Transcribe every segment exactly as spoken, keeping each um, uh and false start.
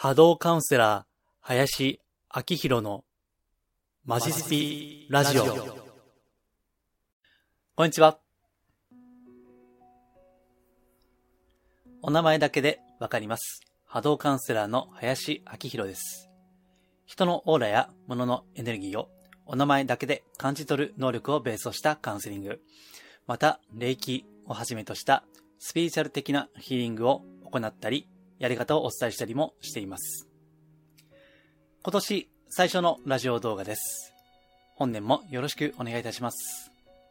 波動カウンセラー林明宏のマジスピラジオ。こんにちは。お名前だけでわかります。波動カウンセラーの林明宏です。人のオーラや物のエネルギーをお名前だけで感じ取る能力をベースとしたカウンセリング、また霊気をはじめとしたスピリチュアル的なヒーリングを行ったり、やり方をお伝えしたりもしています。今年最初のラジオ動画です。本年もよろしくお願いいたします。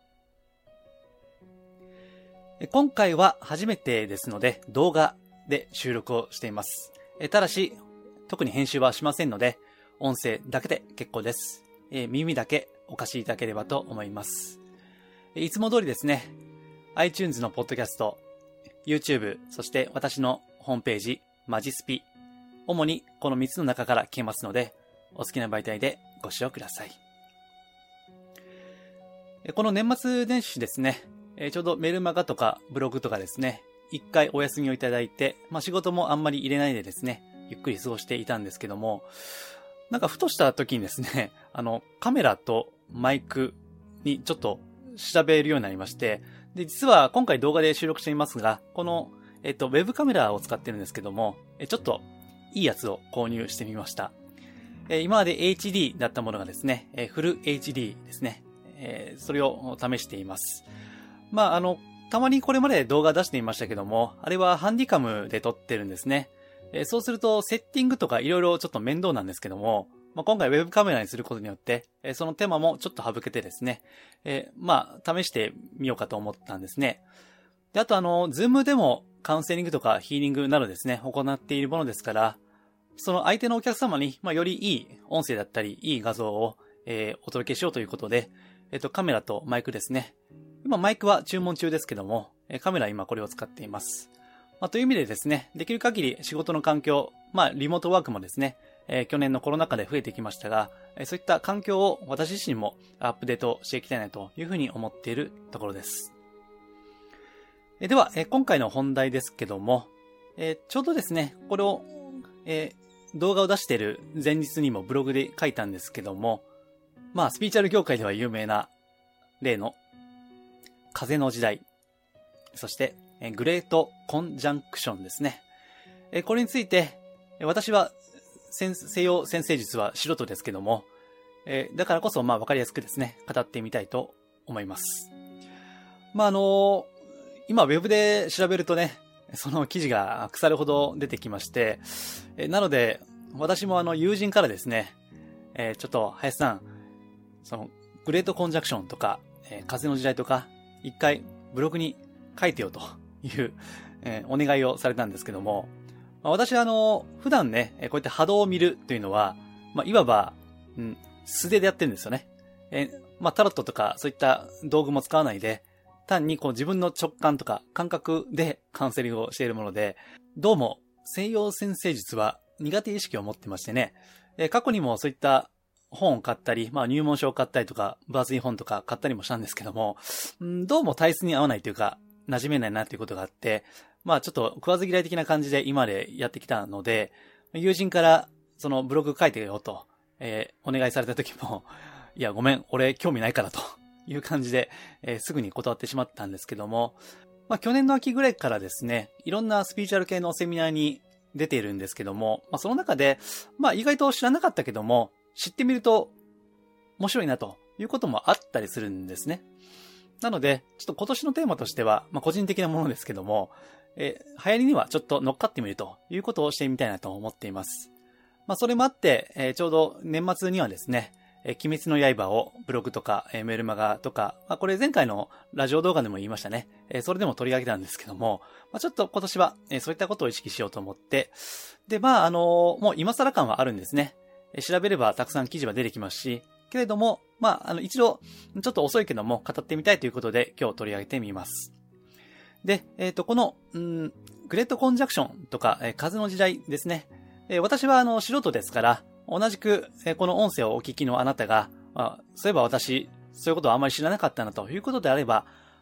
今回は初めてですので動画で収録をしています。ただし特に編集はしませんので音声だけで結構です。耳だけお貸しいただければと思います。いつも通りですね、iTunes のポッドキャスト、YouTube、そして私のホームページ、マジスピ、主にこのみっつの中から聞けますので、お好きな媒体でご使用ください。この年末年始ですね、ちょうどメルマガとかブログとかですね、一回お休みをいただいて、まあ仕事もあんまり入れないでですね、ゆっくり過ごしていたんですけども、なんかふとした時にですね、あの、カメラとマイクにちょっと調べるようになりまして、で、実は今回動画で収録していますが、この、えっと、ウェブカメラを使ってるんですけども、ちょっといいやつを購入してみました。今まで エイチディー だったものがですね、フル エイチディー ですね。それを試しています。まあ、あの、たまにこれまで動画出していましたけども、あれはハンディカムで撮ってるんですね。そうするとセッティングとかいろいろちょっと面倒なんですけども、まあ、今回ウェブカメラにすることによって、その手間もちょっと省けてですね、えー、まあ、試してみようかと思ったんですね。で、あとあの、ズームでもカウンセリングとかヒーリングなどですね、行っているものですから、その相手のお客様に、まあ、よりいい音声だったり、いい画像を、えー、お届けしようということで、えっと、カメラとマイクですね。今マイクは注文中ですけども、カメラ今これを使っています。まあ、という意味でですね、できる限り仕事の環境、まあ、リモートワークもですね、えー、去年のコロナ禍で増えてきましたが、えー、そういった環境を私自身もアップデートしていきたいなというふうに思っているところです。えー、では、えー、今回の本題ですけども、えー、ちょうどですね、これを、えー、動画を出している前日にもブログで書いたんですけども、まあ、スピリチュアル業界では有名な例の風の時代、そしてグレートコンジャンクションですね。これについて、私は西洋占星術は素人ですけども、だからこそまあ分かりやすくですね、語ってみたいと思います。まああの、今ウェブで調べるとね、その記事が腐るほど出てきまして、なので私もあの友人からですね、ちょっと林さん、そのグレートコンジャンクションとか、風の時代とか、一回ブログに書いてよという、えー、お願いをされたんですけども、まあ、私はあの、普段ね、こうやって波動を見るというのは、まあ、いわば、うん、素手でやってるんですよね。えー、まあ、タロットとかそういった道具も使わないで、単にこう自分の直感とか感覚でカウンセリングをしているもので、どうも西洋占星術は苦手意識を持ってましてね、えー、過去にもそういった本を買ったり、まあ入門書を買ったりとか、分厚い本とか買ったりもしたんですけども、んどうも体質に合わないというか、馴染めないなっていうことがあって、まあちょっと食わず嫌い的な感じで今までやってきたので、友人からそのブログ書いてよと、えー、お願いされた時も、いやごめん、俺興味ないからという感じで、えー、すぐに断ってしまったんですけども、まあ去年の秋ぐらいからですね、いろんなスピリチュアル系のセミナーに出ているんですけども、まあその中で、まあ意外と知らなかったけども、知ってみると面白いなということもあったりするんですね。なので、ちょっと今年のテーマとしては、まあ個人的なものですけども、えー、流行りにはちょっと乗っかってみるということをしてみたいなと思っています。まあそれもあって、えー、ちょうど年末にはですね、えー、鬼滅の刃をブログとか、えー、メールマガとか、まあこれ前回のラジオ動画でも言いましたね。えー、それでも取り上げたんですけども、まあちょっと今年は、えー、そういったことを意識しようと思って、で、まああのー、もう今更感はあるんですね。調べればたくさん記事は出てきますし、けれども、まあ、あの、一度、ちょっと遅いけども、語ってみたいということで、今日取り上げてみます。で、えっと、この、うん、グレートコンジャンクションとか、えー、風の時代ですね。えー、私は、あの、素人ですから、同じく、えー、この音声をお聞きのあなたが、まあ、そういえば私、そういうことはあまり知らなかったなということであれば、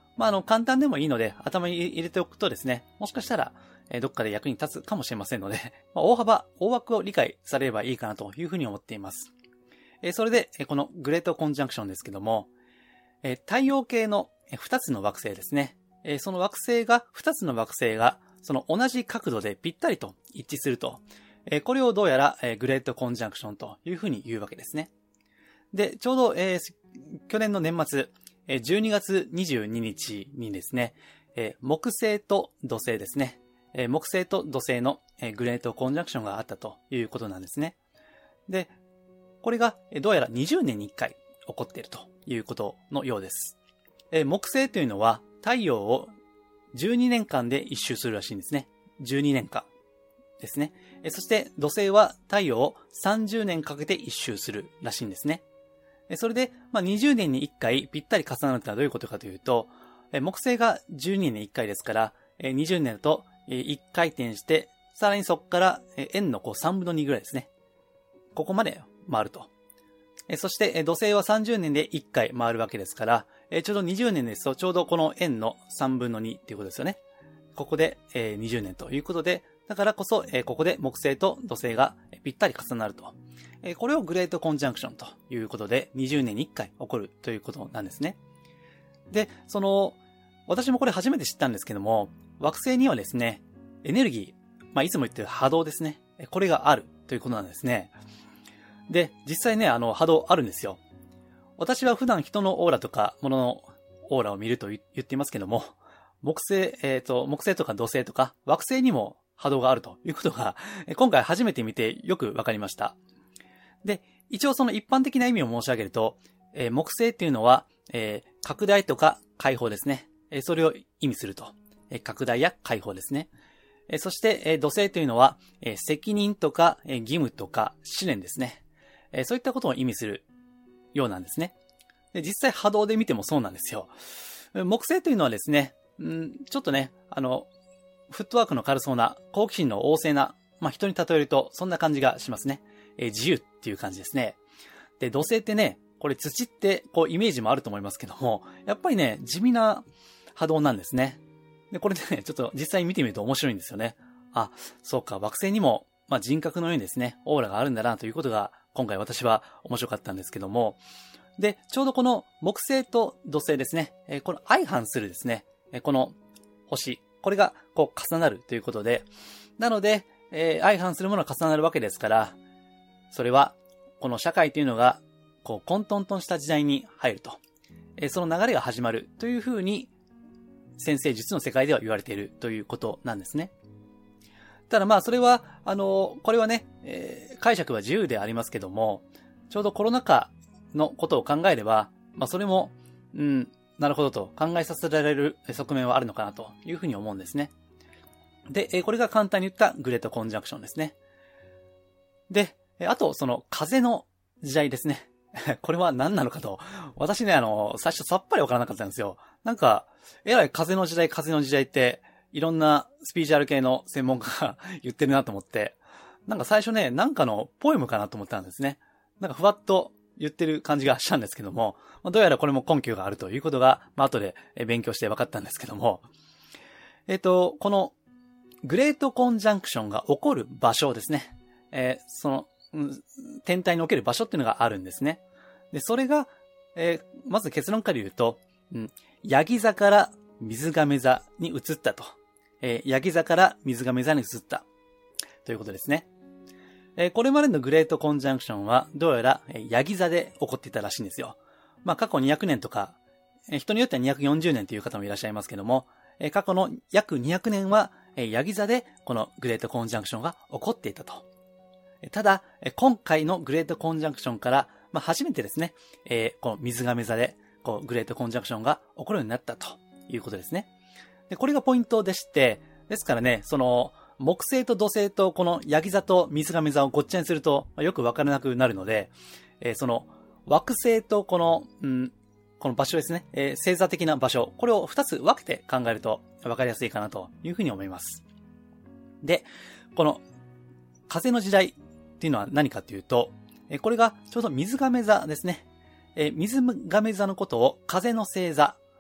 まあ、あの、簡単でもいいので、頭に入れておくとですね、もしかしたら、えー、どっかで役に立つかもしれませんので、まあ、大幅、大枠を理解されればいいかなというふうに思っています。えー、それで、えー、このグレートコンジャンクションですけども、えー、太陽系のふたつの惑星ですね。えー、その惑星が、ふたつの惑星が、その同じ角度でぴったりと一致すると、えー、これをどうやら、えー、グレートコンジャンクションというふうに言うわけですね。で、ちょうど、えー、去年の年末、えー、じゅうにがつにじゅうににちにですね、えー、木星と土星ですね、えー、木星と土星の、えー、グレートコンジャンクションがあったということなんですね。で、これが、えー、どうやらにじゅうねんにいっかい起こっているということのようです。えー、木星というのは太陽をじゅうにねんかんで一周するらしいんですね。じゅうにねんかんですね。えー、そして土星は太陽をさんじゅうねんかけて一周するらしいんですね。えー、それで、まあ、にじゅうねんにいっかいぴったり重なるというのはどういうことかというと、えー、木星がじゅうにねんにいっかいですから、えー、にじゅうねんだといっかい転して、さらにそこから円のこうさんぶんのにぐらいですね。ここまで回ると。えそして土星はさんじゅうねんでいっかい回るわけですから、えちょうどにじゅうねんですとちょうどこの円のさんぶんのにっていうことですよね。ここでえにじゅうねんということで、だからこそえここで木星と土星がぴったり重なると。えこれをグレートコンジャンクションということでにじゅうねんにいっかい起こるということなんですね。で、その、私もこれ初めて知ったんですけども、惑星にはですね、エネルギー、まあ、いつも言ってる波動ですね。これがあるということなんですね。で、実際ね、あの、波動あるんですよ。私は普段人のオーラとか、物のオーラを見ると言っていますけども、木星、えっと、木星とか土星とか、惑星にも波動があるということが、今回初めて見てよくわかりました。で、一応その一般的な意味を申し上げると、えー、木星っていうのは、えー、拡大とか開放ですね。えー、それを意味すると。えー、拡大や開放ですね。えー、そして、えー、土星というのは、えー、責任とか、えー、義務とか試練ですね。えー、そういったことを意味するようなんですね。で、実際波動で見てもそうなんですよ。木星というのはですね、んちょっとね、あの、フットワークの軽そうな、好奇心の旺盛な、まあ、人に例えるとそんな感じがしますね。えー、自由っていう感じですね。で、土星ってね、これ土ってこうイメージもあると思いますけども、やっぱりね、地味な波動なんですね。で、これでね、ちょっと実際に見てみると面白いんですよね。あ、そうか、惑星にも、まあ、人格のようにですね、オーラがあるんだなということが、今回私は面白かったんですけども、で、ちょうどこの木星と土星ですね、えー、この相反するですね、えー、この星、これがこう重なるということで、なので、えー、相反するものが重なるわけですから、それは、この社会というのが、こう混沌とした時代に入ると、えー、その流れが始まるというふうに、占星術の世界では言われているということなんですね。ただまあそれは、あの、これはね、えー、解釈は自由でありますけども、ちょうどコロナ禍のことを考えれば、まあそれも、うん、なるほどと考えさせられる側面はあるのかなというふうに思うんですね。で、これが簡単に言ったグレートコンジャンクションですね。で、あとその風の時代ですね。これは何なのかと。私ね、あの、最初さっぱりわからなかったんですよ。なんか、えらい風の時代、風の時代って、いろんなスピーチュアル系の専門家が言ってるなと思って、なんか最初ね、なんかのポエムかなと思ったんですね。なんかふわっと言ってる感じがしたんですけども、どうやらこれも根拠があるということが、まあ後で勉強して分かったんですけども、えっと、このグレートコンジャンクションが起こる場所ですね。えー、その、天体における場所っていうのがあるんですね。で、それが、えー、まず結論から言うと、うん、ヤギ座から水亀座に移ったと。えー、ヤギ座から水亀座に移った。ということですね。えー、これまでのグレートコンジャンクションは、どうやら、えー、ヤギ座で起こっていたらしいんですよ。まあ、過去にひゃくねんとか、えー、人によってはにひゃくよんじゅうねんという方もいらっしゃいますけども、えー、過去の約にひゃくねんは、えー、ヤギ座でこのグレートコンジャンクションが起こっていたと。ただ、今回のグレートコンジャンクションから、まあ、初めてですね、えー、この水亀座で、こう、グレートコンジャンクションが起こるようになったということですね。で、これがポイントでして、ですからね、その、木星と土星とこのヤギ座と水亀座をごっちゃにすると、まあ、よくわからなくなるので、えー、その、惑星とこの、うん、この場所ですね、えー、星座的な場所、これを二つ分けて考えるとわかりやすいかなというふうに思います。で、この、風の時代、っていうのは何かというと、これがちょうど水亀座ですね。水亀座のことを風の星座、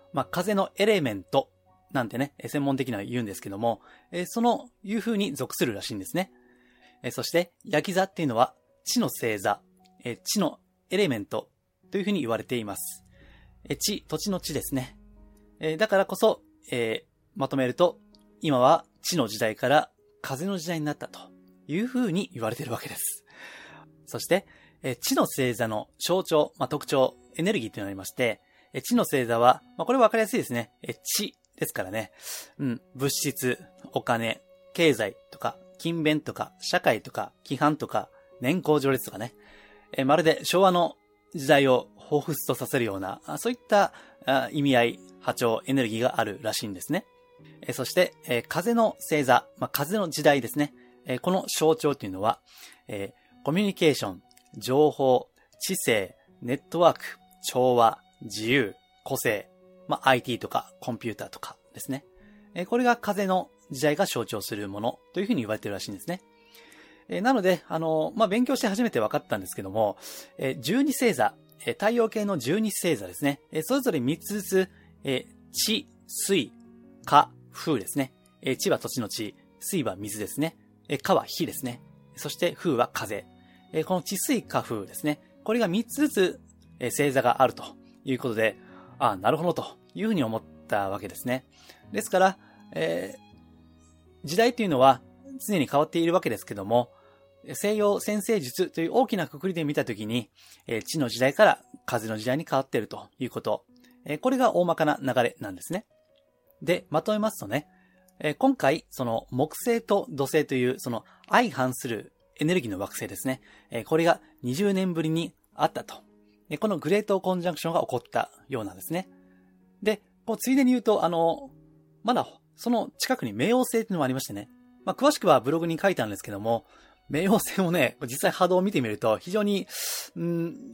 まあ、風のエレメントなんてね、専門的には言うんですけども、えー、そのいう風に属するらしいんですね。えー、そして、ヤギ座っていうのは地の星座、えー、地のエレメントという風に言われています。えー、地、土地の地ですね。えー、だからこそ、えー、まとめると、今は地の時代から風の時代になったという風に言われているわけです。そして、えー、地の星座の象徴、まあ、特徴、エネルギーというのがありまして、えー、地の星座は、まあ、これわかりやすいですね。えー、地ですからね。うん、物質、お金、経済とか、勤勉とか、社会とか、規範とか、年功序列とかね。えー、まるで昭和の時代を彷彿とさせるような、そういった意味合い、波長、エネルギーがあるらしいんですね。えー、そして、えー、風の星座、まあ、風の時代ですね。えー、この象徴というのは、えー、コミュニケーション、情報、知性、ネットワーク、調和、自由、個性、まあ、アイティー とかコンピューターとかですね。えー、これが風の時代が象徴するものというふうに言われているらしいんですね。えー、なので、あのー、まあ、勉強して初めて分かったんですけども、えー、じゅうに星座、えー、太陽系のじゅうに星座ですね。えー、それぞれみっつずつ、えー、地、水、火、風ですね。えー、地は土地の地、水は水ですね。えー、火は火ですね。そして風は風。えー、この地水火風ですね。これがみっつずつ、えー、星座があるということで、ああ、なるほどというふうに思ったわけですね。ですから、えー、時代というのは常に変わっているわけですけども、西洋占星術という大きな括りで見たときに、えー、地の時代から風の時代に変わっているということ。えー、これが大まかな流れなんですね。で、まとめますとね、えー、今回、その木星と土星というその相反するエネルギーの惑星ですね。えー、これがにじゅうねんぶりにあったと。このグレートコンジャンクションが起こったようなんですね。で、こうついでに言うと、あの、まだその近くに冥王星っていうのもありましてね。まあ、詳しくはブログに書いたんですけども、冥王星もね、実際波動を見てみると非常に、うん、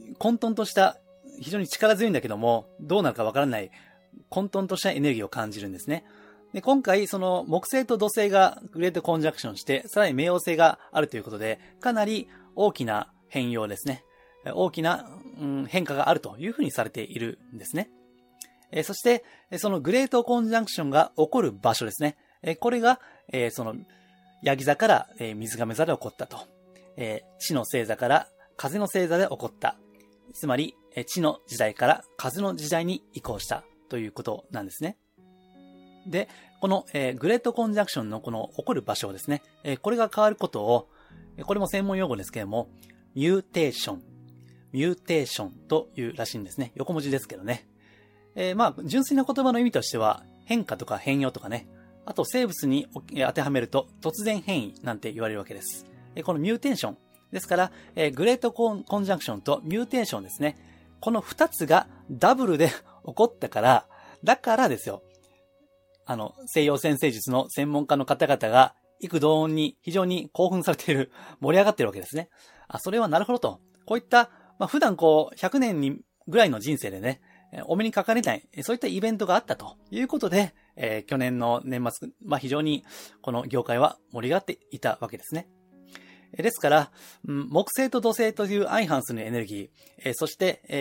混沌とした、非常に力強いんだけども、どうなるかわからない混沌としたエネルギーを感じるんですね。で、今回その木星と土星がグレートコンジャンクションして、さらに冥王星があるということで、かなり大きな変容ですね。大きな、うん、変化があるというふうにされているんですね。えー、そして、そのグレートコンジャンクションが起こる場所ですね。えー、これが、えー、その、ヤギ座から、えー、水亀座で起こったと。えー、地の星座から風の星座で起こった。つまり、えー、地の時代から風の時代に移行したということなんですね。で、この、えー、グレートコンジャンクションのこの起こる場所ですね。えー、これが変わることを、これも専門用語ですけれども、ミューテーション。ミューテーションというらしいんですね。横文字ですけどね。えー、まあ、純粋な言葉の意味としては、変化とか変容とかね。あと、生物に当てはめると、突然変異なんて言われるわけです。えー、このミューテーション。ですから、えー、グレートコン、コンジャンクションとミューテーションですね。この二つがダブルで起こったから、だからですよ。あの、西洋占星術の専門家の方々が、幾度音に非常に興奮されている、盛り上がっているわけですね。あ、それはなるほどと。こういった、まあ、普段こう、ひゃくねんにぐらいの人生でね、お目にかかれない、そういったイベントがあったということで、えー、去年の年末、まあ、非常にこの業界は盛り上がっていたわけですね。ですから、木星と土星という相反するエネルギー、そして、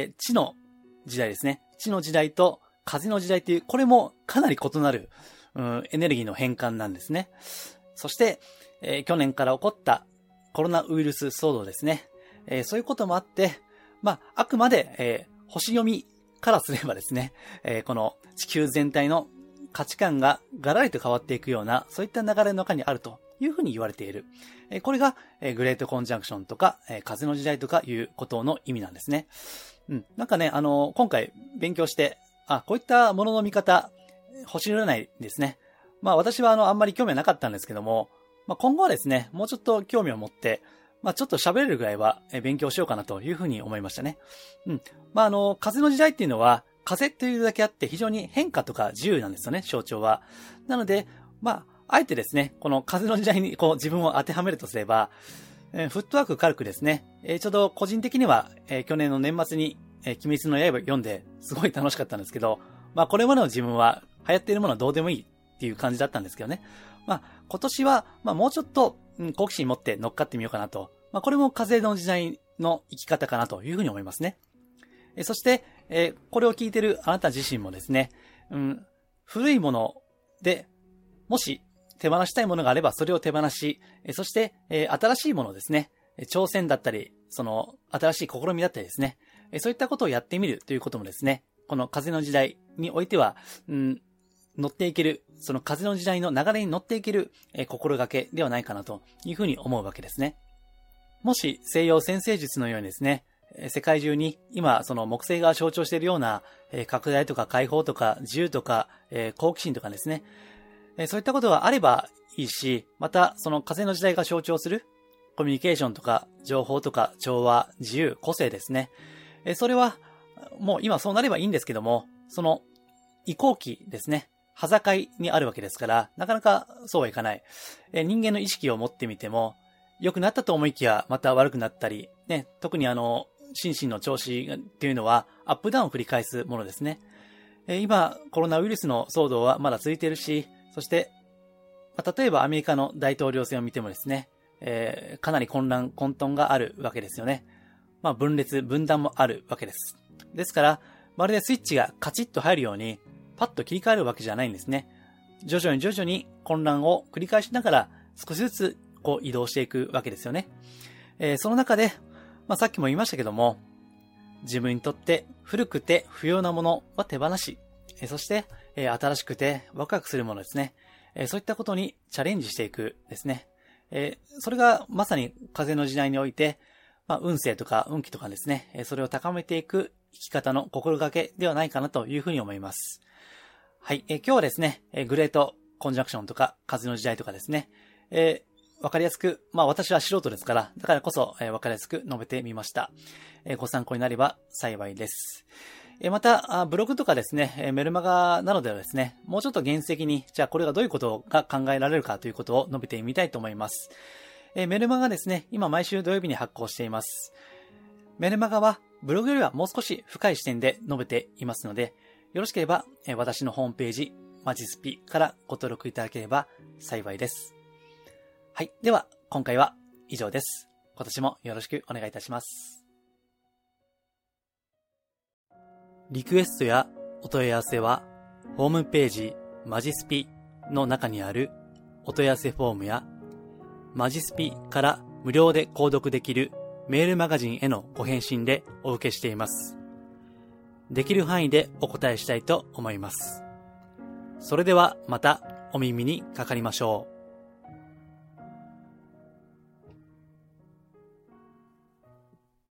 地の時代ですね。地の時代と風の時代という、これもかなり異なる、うん、エネルギーの変換なんですね。そして、えー、去年から起こったコロナウイルス騒動ですね。えー、そういうこともあって、まあ、あくまで、えー、星読みからすればですね、えー、この地球全体の価値観がガラリと変わっていくような、そういった流れの中にあるというふうに言われている。えー、これが、えー、グレートコンジャンクションとか、えー、風の時代とかいうことの意味なんですね。うん。なんかね、あのー、今回勉強して、あ、こういったものの見方、星占いですね。まあ私はあの、あんまり興味はなかったんですけども、まあ今後はですね、もうちょっと興味を持って、まあちょっと喋れるぐらいは勉強しようかなというふうに思いましたね。うん。まああの、風の時代っていうのは、風というだけあって非常に変化とか自由なんですよね、象徴は。なので、まあ、あえてですね、この風の時代にこう自分を当てはめるとすれば、えー、フットワーク軽くですね、えー、ちょうど個人的には、えー、去年の年末に、えー、鬼滅の刃読んですごい楽しかったんですけど、まあこれまでの自分は流行っているものはどうでもいいっていう感じだったんですけどね。まあ今年は、まあもうちょっと、うん、好奇心持って乗っかってみようかなと。まあこれも風の時代の生き方かなというふうに思いますね。えー、そして、えー、これを聞いているあなた自身もですね、 うん、古いもので、もし手放したいものがあればそれを手放し、そして、えー、新しいものですね、挑戦だったり、その新しい試みだったりですね、そういったことをやってみるということもですね、この風の時代においては、うん、乗っていける、その風の時代の流れに乗っていける、えー、心がけではないかなというふうに思うわけですね。もし西洋占星術のようにですね、世界中に今その木星が象徴しているような、えー、拡大とか解放とか自由とか、えー、好奇心とかですね、えー、そういったことがあればいいし、またその風の時代が象徴するコミュニケーションとか情報とか調和、自由、個性ですね。えー、それはもう今そうなればいいんですけども、その移行期ですね。端境にあるわけですから、なかなかそうはいかない。えー、人間の意識を持ってみても、良くなったと思いきやまた悪くなったり、ね、特にあの、心身の調子っていうのはアップダウンを繰り返すものですね。えー、今、コロナウイルスの騒動はまだ続いているし、そして、まあ、例えばアメリカの大統領選を見てもですね、えー、かなり混乱、混沌があるわけですよね。まあ、分裂、分断もあるわけです。ですから、まるでスイッチがカチッと入るように、パッと切り替えるわけじゃないんですね。徐々に徐々に混乱を繰り返しながら、少しずつこう移動していくわけですよね。えー、その中で、まあ、さっきも言いましたけども、自分にとって古くて不要なものは手放し、えー、そして、えー、新しくてワクワクするものですね。えー、そういったことにチャレンジしていくですね。えー、それがまさに風の時代において、まあ、運勢とか運気とかですね、えー、それを高めていく生き方の心がけではないかなというふうに思います。はい、えー、今日はですね、えー、グレートコンジャンクションとか風の時代とかですね、えー、わかりやすく、まあ私は素人ですから、だからこそ、えー、わかりやすく述べてみました。えー、ご参考になれば幸いです。えー、また、ブログとかですね、えー、メルマガなどではですね、もうちょっと原始的に、じゃあこれがどういうことが考えられるかということを述べてみたいと思います。えー、メルマガですね、今毎週土曜日に発行しています。メルマガはブログよりはもう少し深い視点で述べていますので、よろしければ、えー、私のホームページ、マジスピからご登録いただければ幸いです。はい。では、今回は以上です。今年もよろしくお願いいたします。リクエストやお問い合わせは、ホームページマジスピの中にあるお問い合わせフォームや、マジスピから無料で購読できるメールマガジンへのご返信でお受けしています。できる範囲でお答えしたいと思います。それではまたお耳にかかりましょう。